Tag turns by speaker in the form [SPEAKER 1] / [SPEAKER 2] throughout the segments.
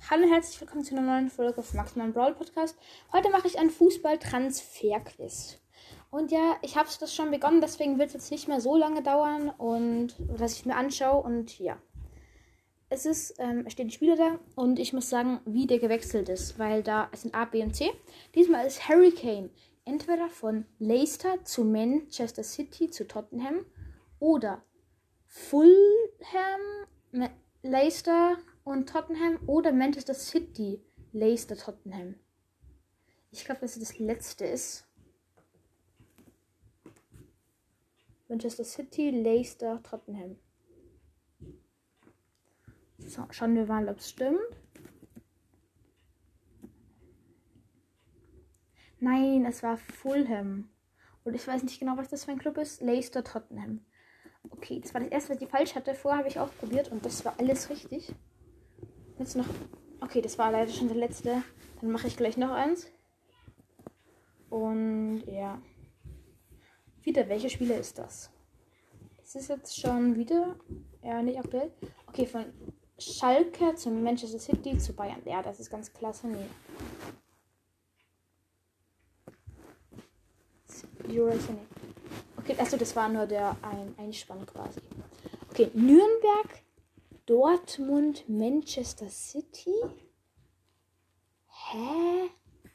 [SPEAKER 1] Hallo und herzlich willkommen zu einer neuen Folge auf Maximal Brawl Podcast. Heute mache ich ein Fußball-Transfer-Quiz. Und ja, ich habe das schon begonnen, deswegen wird es jetzt nicht mehr so lange dauern und dass ich mir anschaue. Und ja, es stehen die Spieler da und ich muss sagen, wie der gewechselt ist, weil da sind A, B und C. Diesmal ist Harry Kane entweder von Leicester zu Manchester City zu Tottenham oder Fulham, Leicester und Tottenham oder Manchester City, Leicester, Tottenham. Ich glaube, dass es das letzte ist. Manchester City, Leicester, Tottenham. So, schauen wir mal, ob es stimmt. Nein, es war Fulham. Und ich weiß nicht genau, was das für ein Club ist. Leicester, Tottenham. Okay, das war das erste, was ich falsch hatte. Vorher habe ich auch probiert und das war alles richtig. Jetzt noch. Okay, das war leider schon der letzte. Dann mache ich gleich noch eins. Und ja. Wieder, welcher Spieler ist das? Das ist jetzt schon wieder. Ja, nicht aktuell. Okay, von Schalke zu Manchester City zu Bayern. Ja, das ist ganz klasse. Nee. Okay, achso, das war nur der Einspann quasi. Okay, Nürnberg, Dortmund, Manchester City. Hä?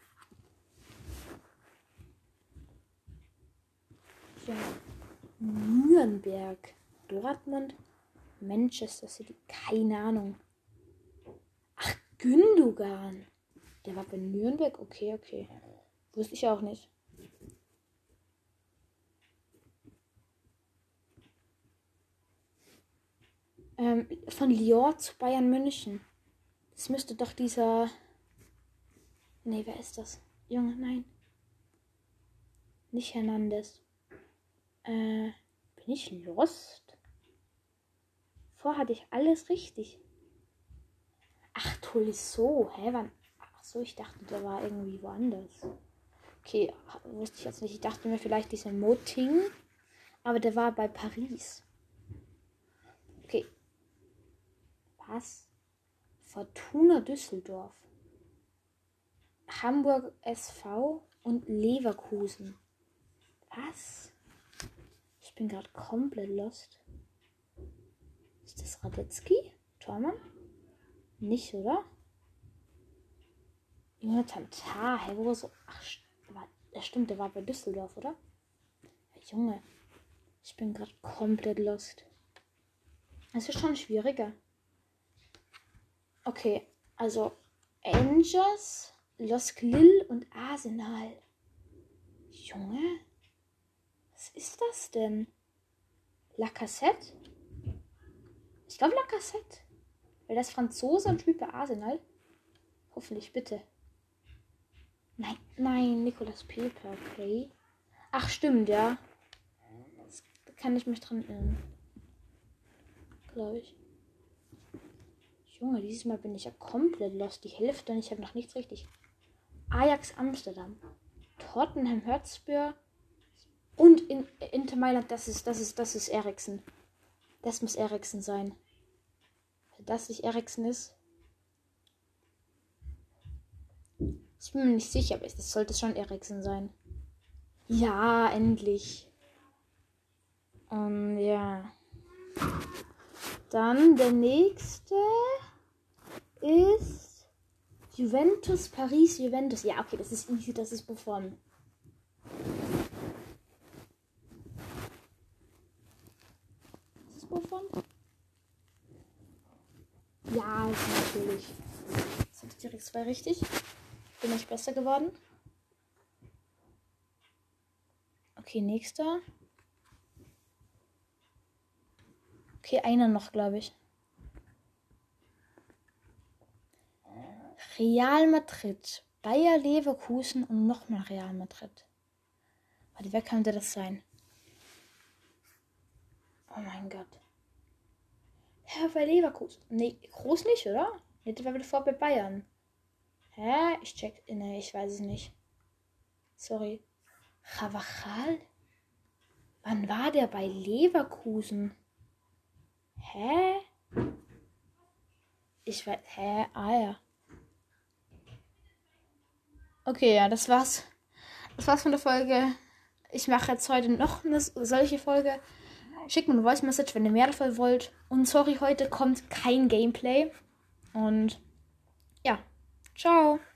[SPEAKER 1] Ja. Nürnberg, Dortmund, Manchester City. Keine Ahnung. Ach, Gündogan. Der war bei Nürnberg? Okay. Wusste ich auch nicht. Von Lyon zu Bayern München. Das müsste doch dieser... Nee, wer ist das? Junge, nein. Nicht Hernandez. Bin ich lost? Vorher hatte ich alles richtig. Ach, Tolisso. Hä, wann? Ach so, ich dachte, der war irgendwie woanders. Okay, wusste ich jetzt nicht. Ich dachte mir vielleicht dieser Moting. Aber der war bei Paris. Okay. Was? Fortuna Düsseldorf. Hamburg SV und Leverkusen. Was? Ich bin gerade komplett lost. Ist das Radetzky? Tormann? Nicht, oder? Jonathan Tah. Hä, wo so? Ach, stimmt, der war bei Düsseldorf, oder? Ja, Junge. Ich bin gerade komplett lost. Es ist schon schwieriger. Okay, also Angers, Los Lille und Arsenal. Junge, was ist das denn? Lacazette? Ich glaube Lacazette. Weil das Franzose und spielt bei Arsenal. Hoffentlich, bitte. Nein, Nicolas Pepe, okay. Ach, stimmt, ja. Da kann ich mich dran erinnern. Glaube ich. Junge, dieses Mal bin ich ja komplett lost. Die Hälfte und ich habe noch nichts richtig. Ajax Amsterdam. Tottenham Hotspur. Und in Inter Mailand, das ist Eriksen. Das muss Eriksen sein. Wenn das nicht Eriksen ist. Ich bin mir nicht sicher, aber das sollte schon Eriksen sein. Ja, endlich. Und ja. Dann der nächste ist Juventus, Paris, Juventus. Ja, okay, das ist easy, das ist Buffon. Ist es Buffon? Ja, ist natürlich. Jetzt habe ich direkt 2 richtig. Bin ich besser geworden. Okay, nächster. Okay, einer noch, glaube ich. Real Madrid, Bayer Leverkusen und nochmal Real Madrid. Warte, wer könnte das sein? Oh mein Gott. Hä, bei Leverkusen? Nee, groß nicht, oder? Nee, der war wieder vor bei Bayern. Hä? Nee, ich weiß es nicht. Sorry. Carvajal? Wann war der bei Leverkusen? Hä? Ich weiß. Hä? Ah ja. Okay, ja, das war's. Das war's von der Folge. Ich mache jetzt heute noch eine solche Folge. Schickt mir eine Voice Message, wenn ihr mehr davon wollt. Und sorry, heute kommt kein Gameplay. Und ja, ciao.